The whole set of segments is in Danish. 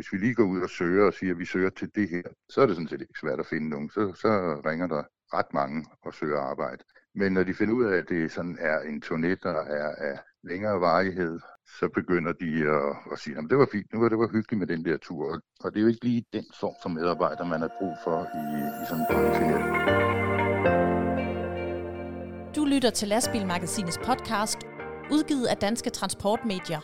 hvis vi lige går ud og søger og siger, at vi søger til det her, så er det sådan set ikke svært at finde nogen. Så ringer der ret mange og søger arbejde. Men når de finder ud af, at det sådan er en turné, der er af længere varighed, så begynder de at sige, at det var fint, det var hyggeligt med den der tur. Og det er jo ikke lige den form for medarbejder, man har brug for i sådan en branche her. Du lytter til Lastbilmagasinets podcast, udgivet af Danske Transportmedier.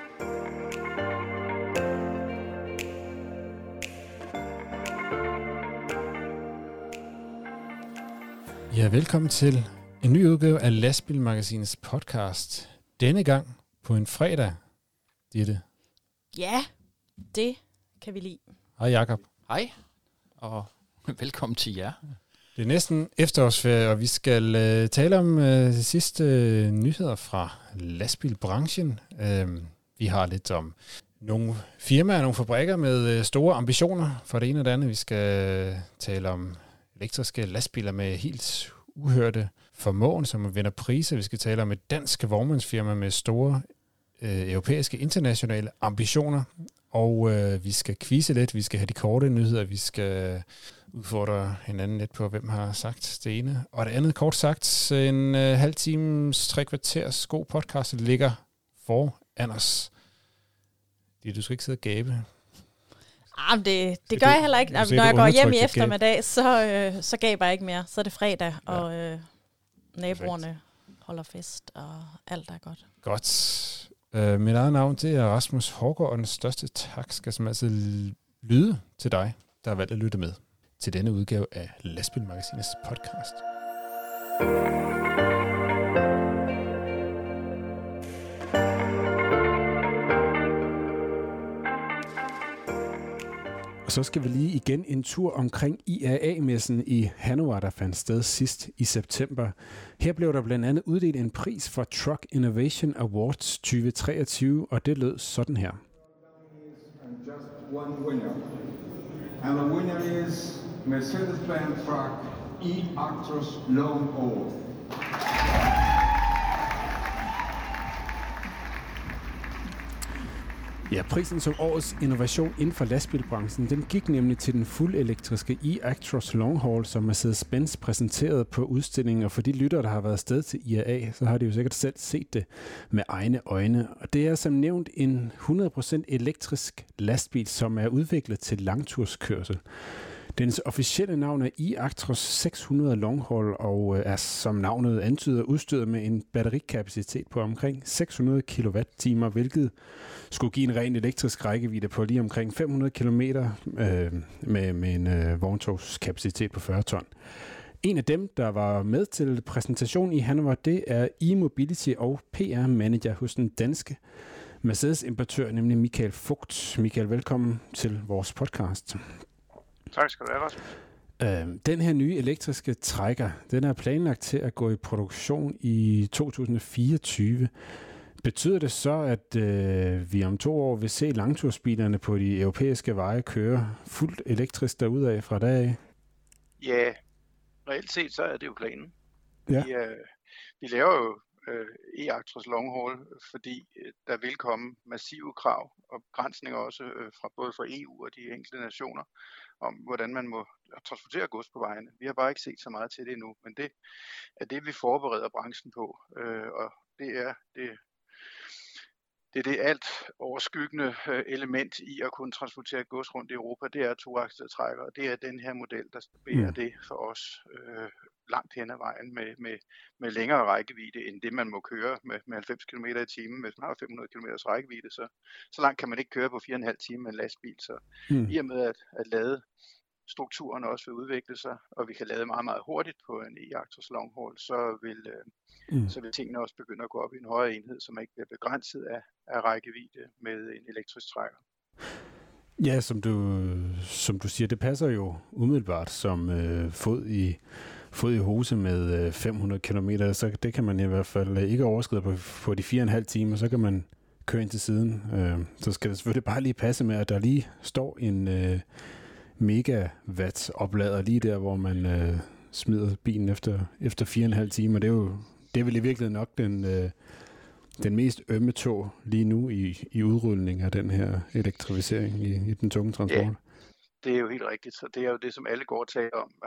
Ja, velkommen til en ny udgave af Lastbilmagasinets podcast. Denne gang på en fredag, Ditte. Ja, det kan vi lide. Hej Jakob. Hej, og velkommen til jer. Det er næsten efterårsferie, og vi skal tale om de sidste nyheder fra lastbilbranchen. Vi har lidt om nogle firmaer, nogle fabrikker med store ambitioner for det ene og det andet. Vi skal tale om elektriske lastbiler med helt uhørte formåen, som vinder priser. Vi skal tale om et dansk vognmandsfirma med store europæiske internationale ambitioner. Og vi skal quizze lidt, vi skal have de korte nyheder, vi skal udfordre hinanden lidt på, hvem har sagt det ene. Og det andet, kort sagt, en halv times, 3 kvarters god podcast, ligger foran os. Du skal ikke sidde og gabe. Det gør jeg heller ikke. Når jeg går hjem i eftermiddag, så gaber jeg ikke mere. Så er det fredag, og naboerne holder fest, og alt er godt. Godt. Mit eget navn, det er Rasmus Hårgaard, og den største tak skal som altid lyde til dig, der har valgt at lytte med til denne udgave af Lastbilmagasinets podcast. Og så skal vi lige igen en tur omkring IAA-messen i Hannover, der fandt sted sidst i september. Her blev der blandt andet uddelt en pris for Truck Innovation Awards 2023, og det lød sådan her. Just one winner. And the winner is Mercedes-Benz Truck E-Actros Long Haul. Ja, prisen som årets innovation inden for lastbilbranchen, den gik nemlig til den fuldelektriske E-Actros Long Haul, som Mercedes-Benz præsenterede på udstillingen. Og for de lyttere, der har været afsted til IAA, så har de jo sikkert selv set det med egne øjne. Og det er som nævnt en 100% elektrisk lastbil, som er udviklet til langturskørsel. Dens officielle navn er E-Actros 600 Long Haul og er, som navnet antyder, udstyret med en batterikapacitet på omkring 600 kWh, hvilket skulle give en ren elektrisk rækkevidde på lige omkring 500 km med en vogntogskapacitet på 40 ton. En af dem, der var med til præsentationen i Hannover, det er e-mobility og PR-manager hos den danske Mercedes-importør, nemlig Michael Vogt. Michael, velkommen til vores podcast. Tak skal du have, Rasmus. Den her nye elektriske trækker, den er planlagt til at gå i produktion i 2024. Betyder det så, at vi om 2 år vil se langtursbilerne på de europæiske veje køre fuldt elektrisk derudad fra dag af? Ja, reelt set så er det jo planen. Ja. Vi laver jo E-Actros Long Haul, fordi der vil komme massive krav og begrænsninger også fra både fra EU og de enkelte nationer om, hvordan man må transportere gods på vejene. Vi har bare ikke set så meget til det endnu, men det er det, vi forbereder branchen på, og det er det alt overskyggende element i at kunne transportere gods rundt i Europa. Det er toaksede trækker, og det er den her model, der bærer det for os langt hen ad vejen med længere rækkevidde end det, man må køre med 90 km i timen. Hvis man har 500 km rækkevidde, så langt kan man ikke køre på 4,5 timer med en lastbil. Så i og med at lade strukturen også vil udvikle sig, og vi kan lade meget, meget hurtigt på en E-Actros Long Haul, så vil tingene også begynde at gå op i en højere enhed, som ikke bliver begrænset af rækkevidde med en elektrisk trækker. Ja, som du siger, det passer jo umiddelbart som fod i hose med 500 km, så det kan man i hvert fald ikke overskride på de 4,5 timer, så kan man køre ind til siden. Så skal det selvfølgelig bare lige passe med, at der lige står en megawatt oplader lige der, hvor man smider bilen efter 4,5 timer. Det er vel i virkeligheden nok den mest ømme tå lige nu i udrulning af den her elektrificering i den tunge transport. Ja, det er jo helt rigtigt. Så det er jo det, som alle går og taler om.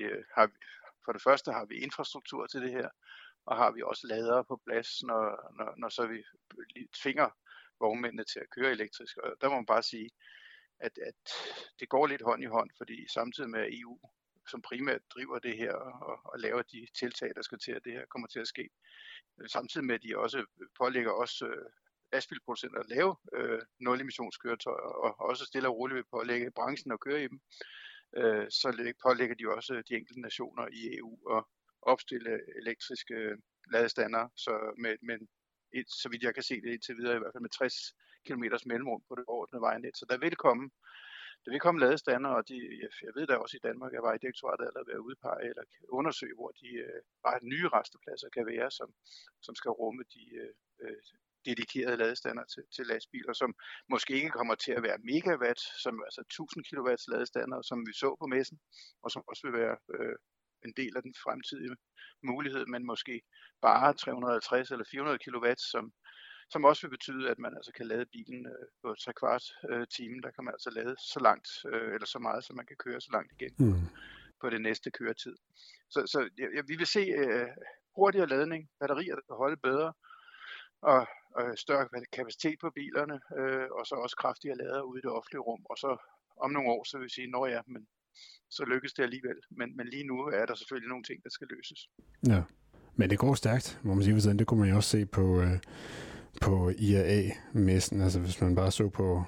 For det første har vi infrastruktur til det her, og har vi også ladere på plads, når så vi tvinger vognmændene til at køre elektrisk. Og der må man bare sige, at det går lidt hånd i hånd, fordi samtidig med EU, som primært driver det her og laver de tiltag, der skal til, at det her kommer til at ske, samtidig med, at de også pålægger os lastbilproducenter at lave nul-emissionskøretøjer, og også stille og roligt vil pålægge branchen at køre i dem, så pålægger de også de enkelte nationer i EU at opstille elektriske ladestandere, så vidt jeg kan se det indtil videre, i hvert fald med 60 km mellemrum på det overordnede vejnet. Så der vil komme ladestandere, og jeg ved da også i Danmark, at Vejdirektoratet er ved at udpege eller undersøge, hvor de nye rastepladser kan være, som skal rumme de dedikerede ladestander til lastbiler, som måske ikke kommer til at være megawatt, som altså 1000 kW ladestander, som vi så på messen, og som også vil være en del af den fremtidige mulighed, men måske bare 350 eller 400 kW, som også vil betyde, at man altså kan lade bilen på 3/4 time. Der kan man altså lade så langt, eller så meget, som man kan køre så langt igen på det næste køretid. Så vi vil se hurtigere ladning, batterier, der kan holde bedre, og større kapacitet på bilerne, og så også kraftigere lader ude i det offentlige rum. Og så om nogle år, så vil vi sige, men så lykkes det alligevel. Men lige nu er der selvfølgelig nogle ting, der skal løses. Ja, men det går stærkt, må man sige. Det kunne man jo også se på IAA-messen. Altså hvis man bare så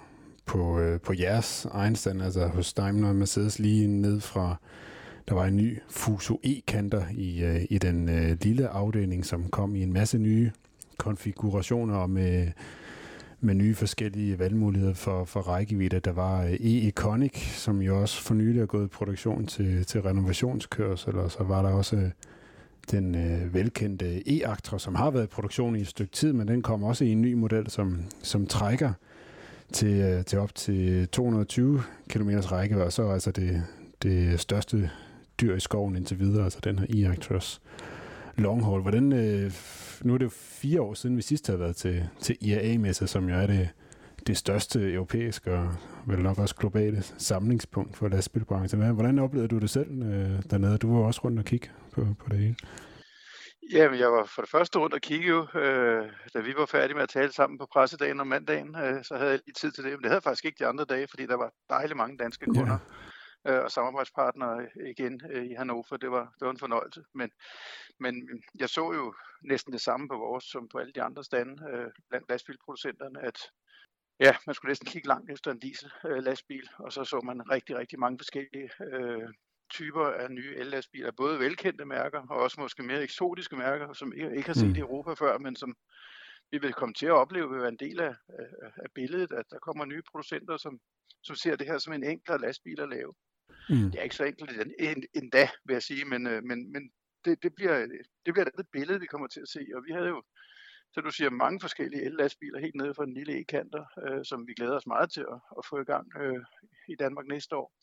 på jeres egen stand, altså hos Daimler og Mercedes lige ned fra, der var en ny Fuso E-kanter i den lille afdeling, som kom i en masse nye konfigurationer og med nye forskellige valgmuligheder for rækkevidde. Der var E-Econic, som jo også for nylig er gået i produktion til renovationskørsel, og så var der også den velkendte E-Actros, som har været i produktion i et stykke tid, men den kom også i en ny model, som trækker til op til 220 km rækkevidde, og så er altså det største dyr i skoven indtil videre, altså den her E-Actros long haul. Hvordan, nu er det jo 4 år siden, vi sidst har været til IAA-messe, som jo er det største europæiske og vel nok også globale samlingspunkt for lastbilbranchen. Hvordan oplevede du det selv dernede? Du var også rundt og kigge på det hele. Jamen, jeg var for det første rundt og kigge jo, da vi var færdige med at tale sammen på pressedagen om mandagen, så havde jeg lige tid til det. Men det havde jeg faktisk ikke de andre dage, fordi der var dejligt mange danske kunder. Og samarbejdspartnere igen i Hannover. Det var en fornøjelse. Men jeg så jo næsten det samme på vores, som på alle de andre stande blandt lastbilproducenterne, at ja, man skulle næsten kigge langt efter en diesel-lastbil, og så man rigtig, rigtig mange forskellige typer af nye el-lastbiler, både velkendte mærker, og også måske mere eksotiske mærker, som ikke har set i Europa før, men som vi vil komme til at opleve, vil være en del af billedet, at der kommer nye producenter, som ser det her som en enklere lastbil at lave. Det er ikke så enkelt endda, vil jeg sige, men det bliver et billede, vi kommer til at se, og vi havde jo, så du siger, mange forskellige el-lastbiler helt nede fra den lille E-kanter, som vi glæder os meget til at få i gang i Danmark næste år.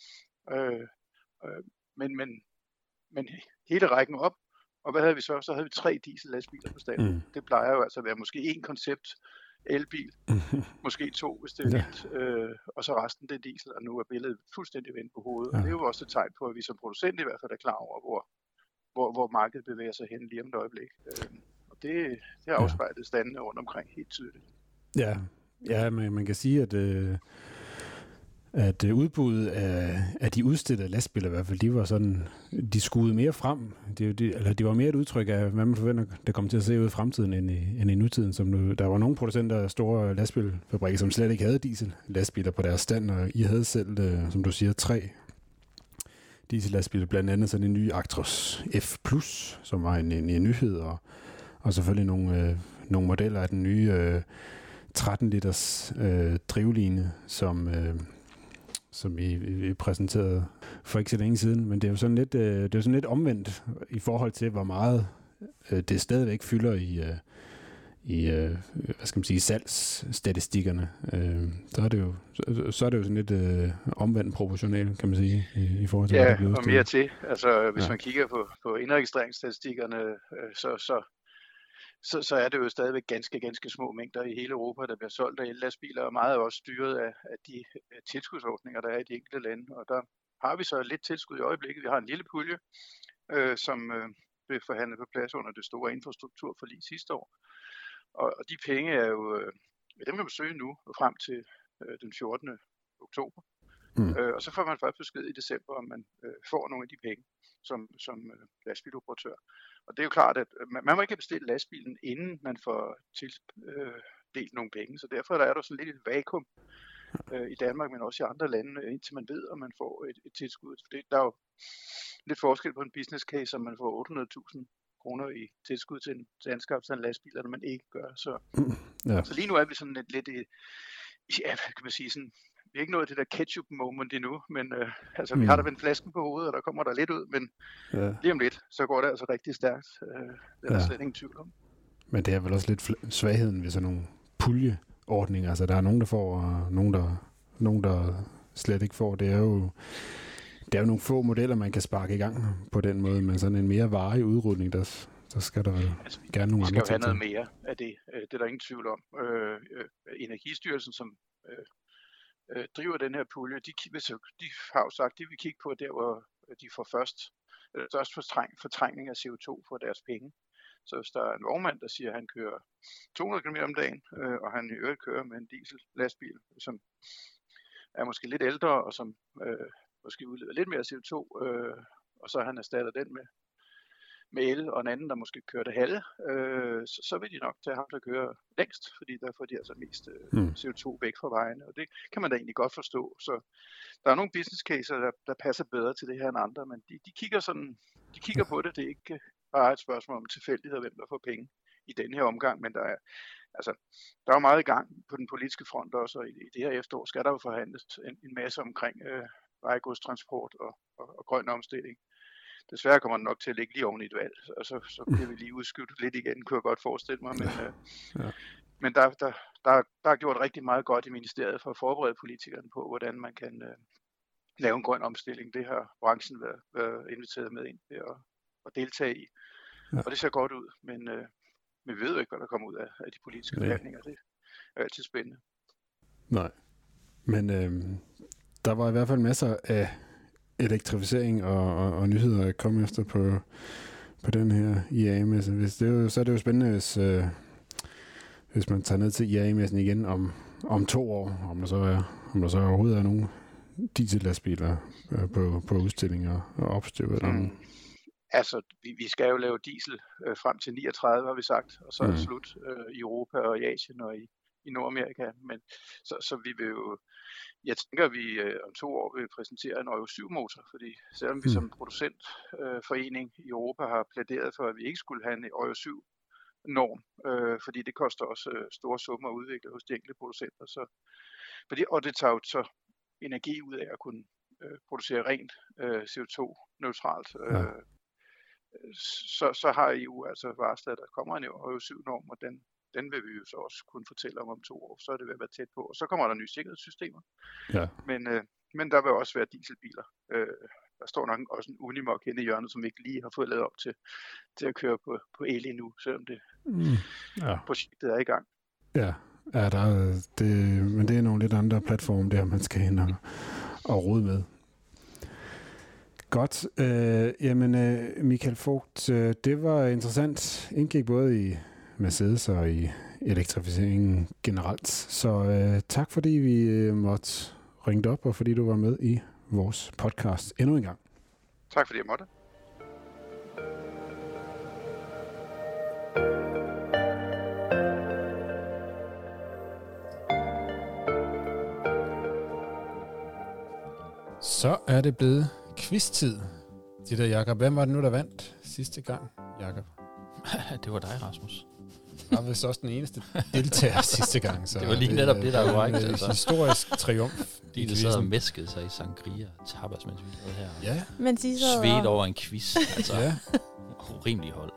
Men hele rækken op, og hvad havde vi så? Så havde vi 3 diesel-lastbiler på standen. Det plejer jo altså at være måske 1 koncept elbil, måske 2, hvis det er vildt, og så resten det er diesel, og nu er billedet fuldstændig vendt på hovedet. Og det er jo også et tegn på, at vi som producent i hvert fald er klar over, hvor markedet bevæger sig hen lige om et øjeblik. Og det afspejler standene rundt omkring helt tydeligt. Ja, man kan sige, at udbuddet af de udstillede lastbiler i hvert fald, de var sådan, de skuede mere frem. Det var mere et udtryk af, hvad man forventer, der kommer til at se ud i fremtiden end i nutiden. Der var nogle producenter af store lastbilfabrikker, som slet ikke havde diesel-lastbiler på deres stand, og I havde selv, som du siger, 3 diesel-lastbiler, blandt andet sådan en ny Actros F+, som var en nyhed, og selvfølgelig nogle modeller af den nye 13 liters drivline, som I præsenterede for ikke så længe siden, men det er jo sådan lidt omvendt i forhold til, hvor meget det stadigvæk fylder i hvad skal man sige, salgsstatistikkerne. Så er det jo sådan lidt omvendt proportionalt, kan man sige, i forhold til, hvad der bliver udstillet. Og mere til. Altså, hvis man kigger på indregistreringsstatistikkerne, så så er det jo stadigvæk ganske små mængder i hele Europa, der bliver solgt af ellastbiler, og meget er også styret af de tilskudsordninger, der er i de enkelte lande. Og der har vi så lidt tilskud i øjeblikket. Vi har en lille pulje, som blev forhandlet på plads under det store infrastrukturforlig sidste år. Og de penge er jo, dem kan man søge nu frem til den 14. oktober. Og så får man først besked i december, om man får nogle af de penge som lastbiloperatør. Og det er jo klart, at man må ikke bestille lastbilen, inden man får tildelt nogle penge. Så derfor er der sådan lidt et vakuum i Danmark, men også i andre lande, indtil man ved, om man får et tilskud. For der er jo lidt forskel på en business case, om man får 800.000 kroner i tilskud til anskaffelse af en lastbil, eller man ikke gør. Så lige nu er vi sådan lidt i, ja, kan man sige sådan, vi er ikke nået til det der ketchup moment endnu, men vi har der vendt flasken på hovedet, og der kommer der lidt ud, men lige om lidt, så går det altså rigtig stærkt. Det er der slet ingen tvivl om. Men det er vel også lidt svagheden ved sådan nogle puljeordninger. Altså der er nogen, der får, og nogen, der slet ikke får. Det er jo nogle få modeller, man kan sparke i gang på den måde, men sådan en mere varig udrulning, der skal der vel gerne nogle andre ting. Vi skal jo have noget mere af det. Det er der ingen tvivl om. Energistyrelsen, som driver den her pulje, de har jo sagt, at de vil kigge på der, hvor de får størst fortrængning af CO2 for deres penge. Så hvis der er en vognmand, der siger, at han kører 200 km om dagen, og han i øvrigt kører med en diesel-lastbil, som er måske lidt ældre, og som måske udleder lidt mere CO2, og så han erstatter den med el, og en anden, der måske kører det halve, så vil de nok tage ham, der kører længst, fordi der får de altså mest CO2 væk fra vejene, og det kan man da egentlig godt forstå. Så der er nogle business cases, der passer bedre til det her end andre, men de kigger på det. Det er ikke bare et spørgsmål om tilfældighed, hvem der får penge i den her omgang, men der er jo meget i gang på den politiske front også, og i det her efterår skal der jo forhandles en masse omkring vejgodstransport og grøn omstilling. Desværre kommer den nok til at ligge lige oven i et valg, og så bliver vi lige udskudt lidt igen, kunne jeg godt forestille mig. Men der er gjort rigtig meget godt i ministeriet for at forberede politikerne på, hvordan man kan lave en grøn omstilling. Det har branchen været inviteret med ind til at deltage i. Ja. Og det ser godt ud, men vi ved jo ikke, hvad der kommer ud af de politiske forhandlinger. Det er altid spændende. Nej, men der var i hvert fald masser af elektrificering og nyheder at komme efter på den her IAA-messe. Så er det jo spændende, hvis man tager ned til IAA-messen igen om 2 år, om der så overhovedet er nogle diesel-lastbiler på udstillinger og opstøv. Altså, vi skal jo lave diesel frem til 39, har vi sagt, og så er det slut i Europa og i Asien og i Nordamerika. Men så vi vil jo, jeg tænker, at vi om 2 år vil præsentere en Euro 7-motor, fordi selvom vi som producentforening i Europa har plæderet for, at vi ikke skulle have en Euro 7-norm, fordi det koster også store summer at udvikle hos de enkelte producenter. Og det tager jo så energi ud af at kunne producere rent CO2-neutralt. Så har EU altså varslet, at der kommer en Euro 7-norm, og den vil vi jo så også kunne fortælle om 2 år, så er det ved at være tæt på. Og så kommer der nye sikkerhedssystemer. Ja. Men der vil også være dieselbiler. Der står nok også en Unimog inde i hjørnet, som vi ikke lige har fået lavet op til at køre på el endnu, selvom projektet er i gang. Ja, men det er nogle lidt andre platforme der, man skal ind og rode med. Godt. Michael Vogt, det var interessant. Indgik både i Mercedes og i elektrificeringen generelt. Så tak fordi vi måtte ringe op, og fordi du var med i vores podcast endnu en gang. Tak fordi jeg måtte. Så er det blevet quiz-tid. Jakob, hvem var det nu, der vandt sidste gang, Jakob? Det var dig, Rasmus. Jeg var vist også den eneste deltager sidste gang. Så det var lige netop det, der var ikke. Altså. Historisk triumf. De sad og mæskede sig i sangria og tapas, mens vi lavede her. Ja. Men svedt over en quiz. Altså, urimelig hold.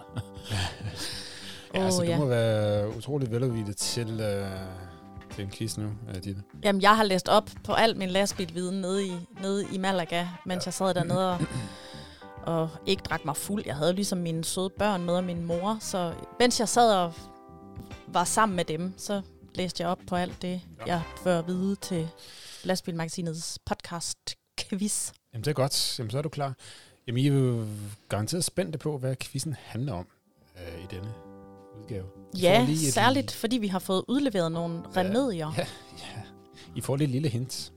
Du må være utroligt veludvidet til en quiz nu, Ditte. Jamen, jeg har læst op på al min lastbilviden nede i Malaga, mens jeg sad dernede og ikke drak mig fuld. Jeg havde ligesom mine søde børn med og min mor, så mens jeg sad og var sammen med dem, så læste jeg op på alt det, jeg får at vide til Lastbilmagasinets podcast-quiz. Jamen det er godt. Jamen så er du klar. Jamen I er jo garanteret spændte på, hvad quizzen handler om i denne udgave. Ja, særligt fordi vi har fået udleveret nogle remedier. Ja. I får lidt lille hint.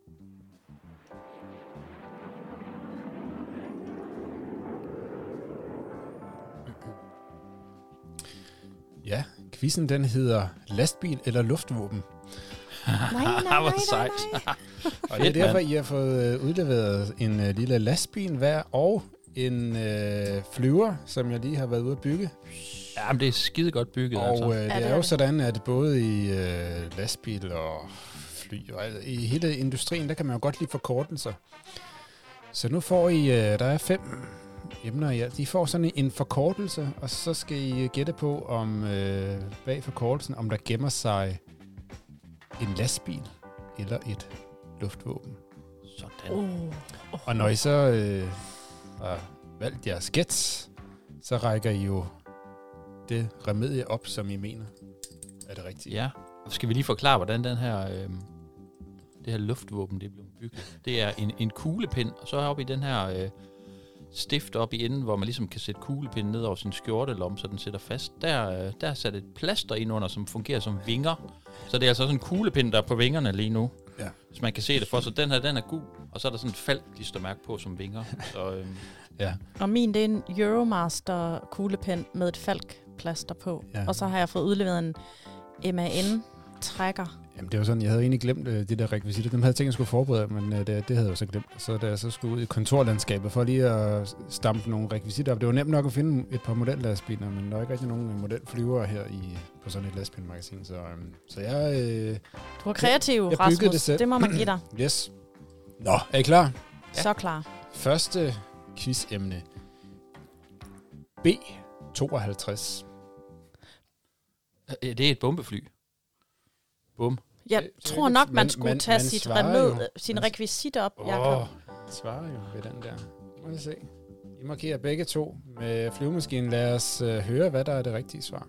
Ja, quizzen den hedder lastbil eller luftvåben. Nej. Og det er derfor, I har fået udleveret en lille lastbil hver og en flyver, som jeg lige har været ude at bygge. Ja, men det er skide godt bygget. Og altså. det er jo sådan, at både i lastbil og fly og i hele industrien, der kan man jo godt lide forkortelser. Så nu får I, der er 5 emner i alt. De får sådan en forkortelse, og så skal I gætte på, om bag forkortelsen, om der gemmer sig en lastbil eller et luftvåben. Sådan. Og når I så har valgt jeres gæt, så rækker I jo det remedie op, som I mener er det rigtige. Ja, og skal vi lige forklare, hvordan den her, det her luftvåben det er blevet bygget. Det er en kuglepind, og så oppe i den her stift oppe i enden, hvor man ligesom kan sætte kuglepinden ned over sin skjortelomme, så den sætter fast. Der er sat et plaster ind under, som fungerer som vinger. Så det er altså sådan en kuglepind, der er på vingerne lige nu. Ja. Hvis man kan se det for, så den her, den er gul, og så er der sådan et falkklistermærke på som vinger. Så, ja. Og min, det er en Euromaster kuglepind med et falkplaster på. Ja. Og så har jeg fået udleveret en MAN-trækker. Jamen det var sådan, jeg havde egentlig glemt de der rekvisitter. Dem havde jeg tænkt, at jeg skulle forberede, men det havde jeg så glemt. Så da jeg så skulle ud i kontorlandskabet for lige at stampe nogle rekvisitter op. Det var nemt nok at finde et par modellastbiler, men der er ikke rigtig nogen modelflyver her på sådan et lastbilmagasin. Så jeg... Du var kreativ, Rasmus. Det må man give dig. Yes. Nå, er I klar? Ja. Så klar. Første quizemne. B-52. Det er et bombefly. Bum. Jeg tror nok, man skulle tage sin rekvisit op, Jakob. Svarer jo ved den der. Må vi se. I markerer begge to med flyvemaskinen. Lad os høre, hvad der er det rigtige svar.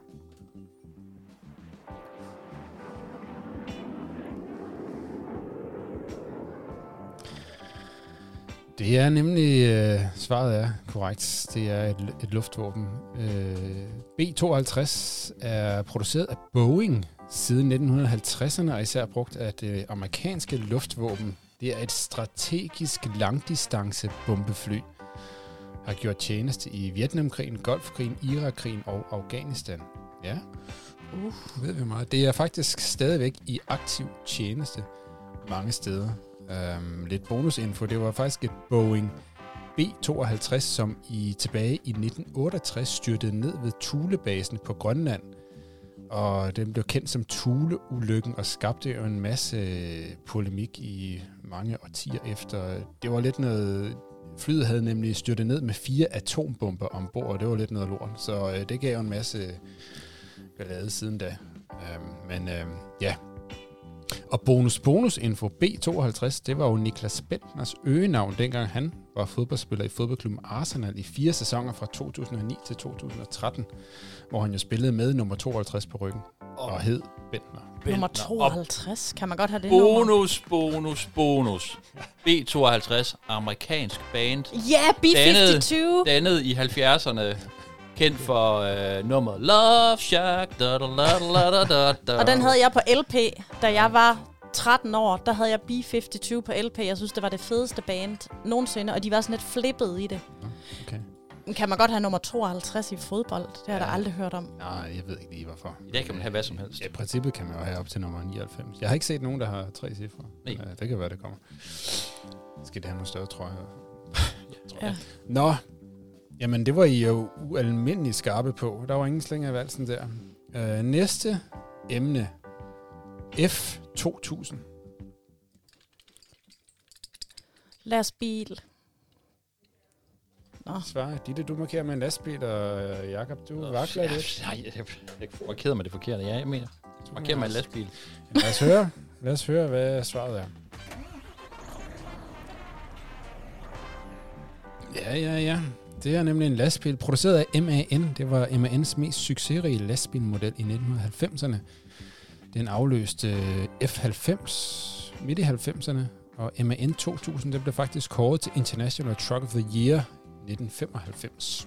Det er nemlig, svaret er korrekt. Det er et luftvåben. B-52 er produceret af Boeing siden 1950'erne, og især brugt af det amerikanske luftvåben. Det er et strategisk langdistance bombefly. Har gjort tjeneste i Vietnamkrigen, Golfkrigen, Irakkrigen og Afghanistan. Ja, ved vi meget. Det er faktisk stadigvæk i aktiv tjeneste mange steder. Lidt bonusinfo. Det var faktisk et Boeing B-52, som tilbage i 1968 styrtede ned ved Thulebasen på Grønland. Og den blev kendt som Thule-ulykken og skabte jo en masse polemik i mange årtier efter. Det var lidt noget... Flyet havde nemlig styrtet ned med 4 atombomber ombord, og det var lidt noget lort. Så det gav jo en masse ballade siden da. Ja. Og bonusinfo B-52, det var jo Niklas Bentners øgenavn, dengang han var fodboldspiller i fodboldklubben Arsenal i 4 sæsoner fra 2009 til 2013, hvor han jo spillede med nummer 52 på ryggen og hed Bentner. Nummer 52? Kan man godt have det Bonus. B-52, amerikansk band. Ja, B-52! Dannet i 70'erne. Kendt for nummeret Love Shack. Og den havde jeg på LP, da jeg var 13 år. Der havde jeg B-52 på LP. Jeg synes, det var det fedeste band nogensinde, og de var sådan lidt flippet i det. Okay. Kan man godt have nummer 52 i fodbold? Det har jeg da aldrig hørt om. Nej, jeg ved ikke lige hvorfor. I dag kan man have hvad som helst. Ja, i princippet kan man jo have op til nummer 99. Jeg har ikke set nogen, der har 3 cifre. Nej. Det kan være, det kommer. Skal det have nogle større trøjer? Ja. Nå. Jamen, det var I jo ualmindeligt skarpe på. Der var ingen slinger i valsen der. Næste emne. F-2000. Lastbil. Svar. Ditte, du markerer med en lastbil, og Jakob, du vakler lidt. Jeg markerer med det forkerte. Ja, jeg mener. Markerer med en lastbil. Lad os høre, hvad svaret er. Ja. Det er nemlig en lastbil, produceret af MAN. Det var MAN's mest succesrige lastbilmodel i 1990'erne. Den afløste F90 midt i 90'erne, og MAN 2000, det blev faktisk kåret til International Truck of the Year 1995.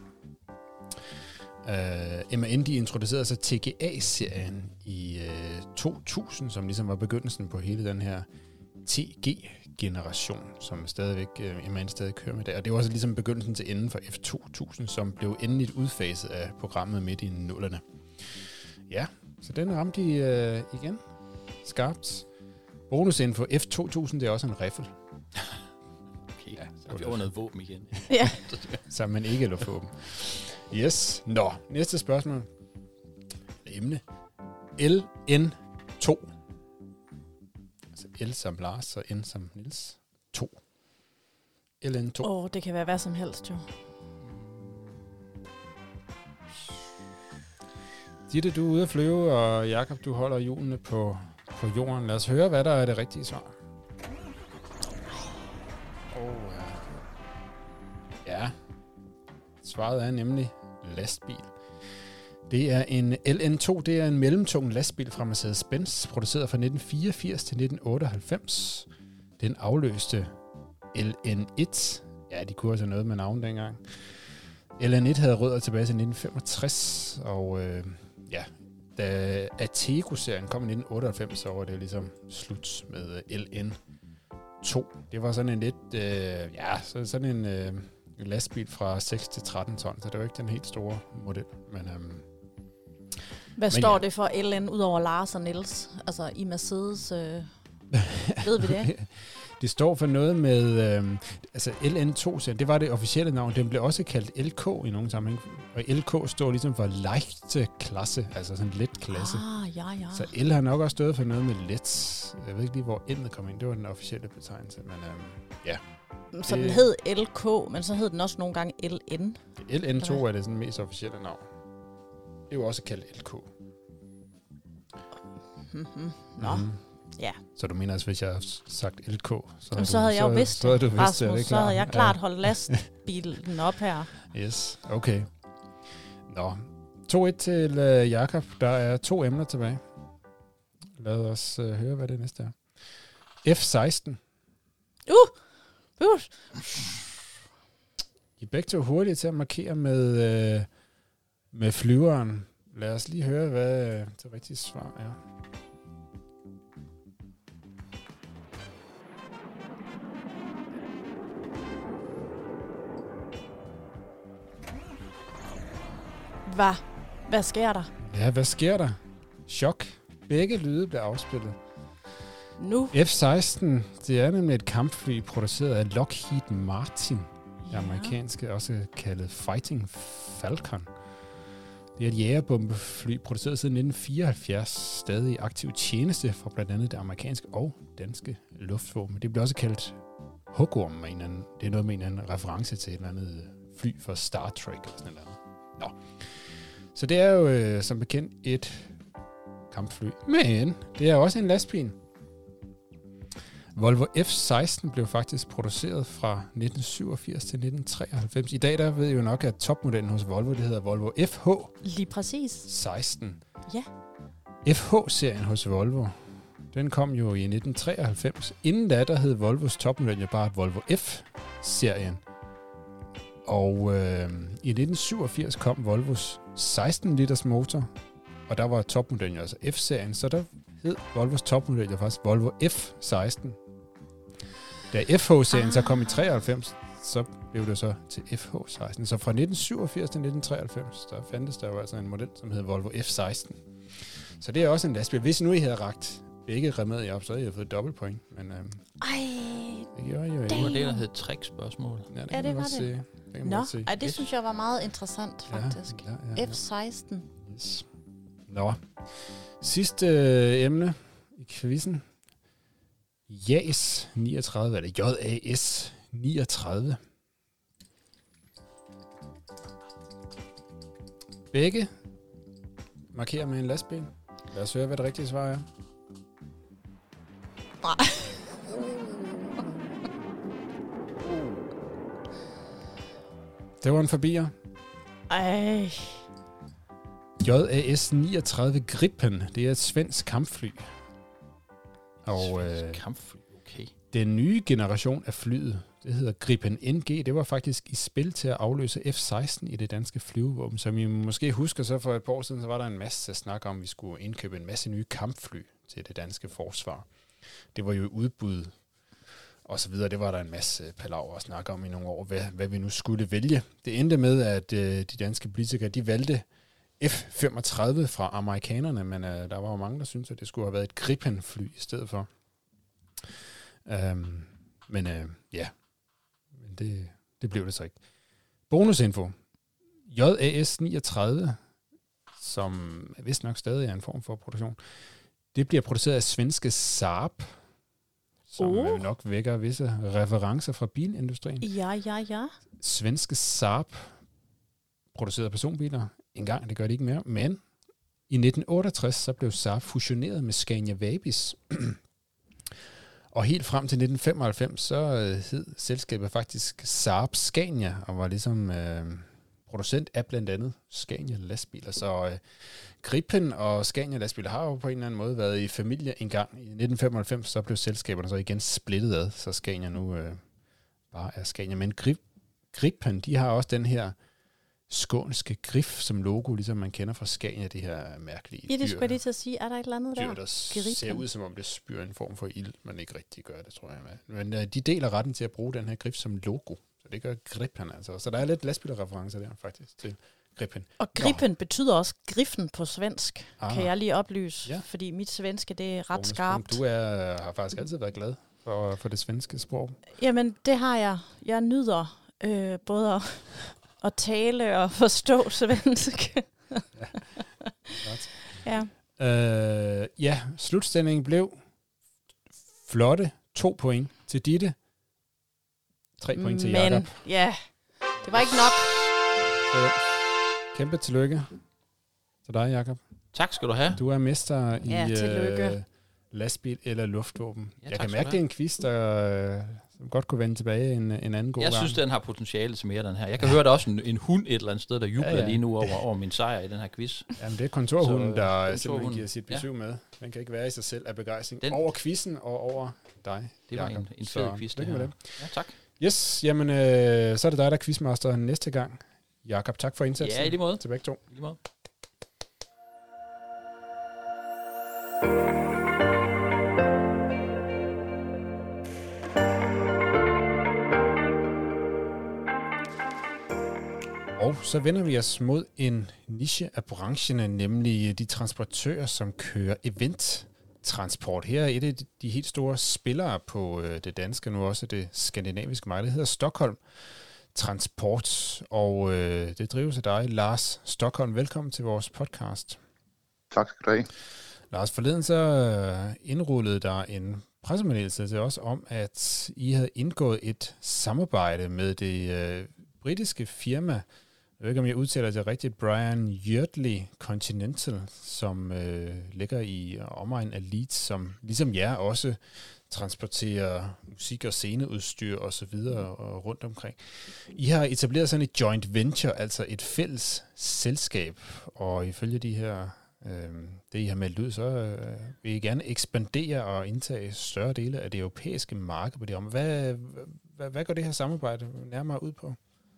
MAN, de introducerede så TGA-serien i 2000, som ligesom var begyndelsen på hele den her TG-generation, som stadigvæk MAN stadig kører med der. Og det var også ligesom begyndelsen til enden for F2000, som blev endeligt udfaset af programmet midt i nullerne. Ja, så den ramte de igen skarpt. Bonusinfo F2000, det er også en riffel. Okay, ja, så vi over noget våben igen. Ja. Så man ikke luftvåben. Yes. Nå, næste spørgsmål. Emne. LN2. Altså L som Lars og N som Niels. 2. LN2. Det kan være hvad som helst, jo. Ditte, du er ude at flyve, og Jakob, du holder hjulene på jorden. Lad os høre, hvad der er det rigtige svar. Ja. Svaret er nemlig lastbil. Det er en LN2, det er en mellemtung lastbil fra Mercedes-Benz, produceret fra 1984 til 1998. Den afløste LN1. Ja, de kunne også noget med navn dengang. LN1 havde rødder tilbage til 1965, og da Atego-serien kom i 1998, så var det ligesom slut med LN2. Det var sådan en lidt, sådan en lastbil fra 6 til 13 ton, så det var ikke den helt store model. Hvad står det for LN udover Lars og Niels? Altså i Mercedes, ved vi det? Det står for noget med, LN2-serien, det var det officielle navn. Den blev også kaldt LK i nogle sammenhæng. Og LK står ligesom for leichte klasse, altså sådan en let klasse. Ja. Så L har nok også stået for noget med let. Jeg ved ikke lige, hvor N'et kom ind. Det var den officielle betegnelse, men ja. Så den hed LK, men så hed den også nogle gange LN. LN2 er det sådan mest officielle navn. Det er jo også kaldt LK. Nå. Ja. Så du mener altså, hvis jeg har sagt LK, så havde jeg jo vidst det, Rasmus. Så havde jeg klart holdt lastbilen op her. Yes, okay. Nå, 2-1 til Jakob. Der er 2 emner tilbage. Lad os høre, hvad det næste er. F16. I er begge to hurtige til at markere med flyveren. Lad os lige høre, hvad det rigtige svar er. Hvad sker der? Ja, hvad sker der? Chok. Begge lyde blev afspillet. Nu? F-16, det er nemlig et kampfly produceret af Lockheed Martin. Det amerikanske, også kaldet Fighting Falcon. Det er et jægerbombefly produceret siden 1974, stadig i aktiv tjeneste for blandt andet det amerikanske og danske luftvåben. Det bliver også kaldt Hugorm, det er noget med en reference til et eller andet fly for Star Trek eller sådan noget. Nå. Så det er jo som bekendt et kampfly, men det er også en lastbil. Volvo F16 blev faktisk produceret fra 1987 til 1993. I dag der ved jeg jo nok, at topmodellen hos Volvo, det hedder Volvo FH. Lige præcis. 16. Ja. FH-serien hos Volvo, den kom jo i 1993. Inden da, der hed Volvos topmodel jo bare Volvo F-serien. Og i 1987 kom Volvos 16 liters motor, og der var topmodellen jo altså F-serien, så der hed Volvos topmodel jo faktisk Volvo F16. Da FH-serien så kom i 93, så blev det så til FH16. Så fra 1987 til 1993, der fandtes der jo altså en model, som hed Volvo F16. Så det er også en lastbil. Hvis nu I havde rakt begge remedier op, så havde I fået dobbeltpoint. Men det gjorde I jo ikke. Det var det, der hed trick-spørgsmål. Ja, det var det. Det synes jeg var meget interessant, faktisk. Ja. F16. Yes. Nå. Sidste emne i quizzen. JAS 39, eller JAS 39. Begge markerer med en lastbil. Lad os høre, hvad det rigtige svar er. Det var en forbier. Ej. JAS-39 Gripen, det er et svensk kampfly. Og kampfly, okay. Den nye generation af flyet, det hedder Gripen NG, det var faktisk i spil til at afløse F-16 i det danske flyvevåben. Som I måske husker, så for et par år siden, så var der en masse snak om, at vi skulle indkøbe en masse nye kampfly til det danske forsvar. Det var jo udbud og så videre. Det var der en masse palaver at snakke om i nogle år, hvad vi nu skulle vælge. Det endte med, at de danske politikere, de valgte F-35 fra amerikanerne, men der var jo mange, der syntes, at det skulle have været et Gripen-fly i stedet for. Men det blev det så ikke. Bonusinfo. JAS-39, som vist nok stadig er en form for produktion, det bliver produceret af svenske Saab, som nok vækker visse referencer fra bilindustrien. Ja. Svenske Saab producerede personbiler. Engang, det gør det ikke mere. Men i 1968, så blev Saab fusioneret med Scania Vabis. Og helt frem til 1995, så hed selskabet faktisk Saab Scania, og var ligesom producent af blandt andet Scania lastbiler. Så Gripen og Scania lastbiler har jo på en eller anden måde været i familie engang. I 1995, så blev selskaberne så igen splittet ad, så Scania nu bare er Scania. Men Gripen, de har også den her skånske grif som logo, ligesom man kender fra Scania, det her mærkelige dyr. Ja, det skulle jeg lige til at sige. Er der et eller andet dyr, der ser ud, som om det spyr en form for ild, men ikke rigtig gør det, tror jeg. Men de deler retten til at bruge den her grif som logo, så det gør Gripen altså. Så der er lidt lastbilreferencer der, faktisk, til Gripen. Og Gripen betyder også griffen på svensk, kan jeg lige oplyse, fordi mit svenske, det er ret skarpt. Du har faktisk altid været glad for det svenske sprog. Jamen, det har jeg. Jeg nyder både at tale og forstå svensk. Slutstillingen blev flotte 2 point til Ditte. 3 point til Jakob. Men ja, det var ikke nok. Kæmpe tillykke til dig, Jakob. Tak skal du have. Du er mester i lastbil eller luftvåben. Ja, jeg kan mærke, det er en quiz, der godt kunne vende tilbage en anden god gang. Jeg synes, den har potentiale til mere, den her. Jeg kan høre, der også en hund et eller andet sted, der jubler lige nu over min sejr i den her quiz. Jamen, det er kontorhunden, der simpelthen giver sit besøg med. Den kan ikke være i sig selv af begejstring over quizzen og over dig, det var en fed quiz, det her. Ja, tak. Yes, jamen, så er det dig, der er quizmaster næste gang. Jakob, tak for indsatsen. Ja, i lige måde. Til begge to. I lige måde. Og så vender vi os mod en niche af brancherne, nemlig de transportører, som kører eventtransport. Her er et af de helt store spillere på det danske, nu også det skandinaviske marked, det hedder Stockholm Transport, og det drives af dig, Lars Stockholm. Velkommen til vores podcast. Tak skal du have. Lars, forleden så indrullede der en pressemeddelelse til os om, at I havde indgået et samarbejde med det britiske firma, jeg ved ikke, om jeg udtaler det rigtigt, Brian Yardley Continental, som ligger i omegn af Leeds, som ligesom jer også transporterer musik- og sceneudstyr og så videre og rundt omkring. I har etableret sådan et joint venture, altså et fælles selskab, og ifølge de her, det I har meldt ud, så vil I gerne ekspandere og indtage større dele af det europæiske marked på det område. Hvad går det her samarbejde nærmere ud på?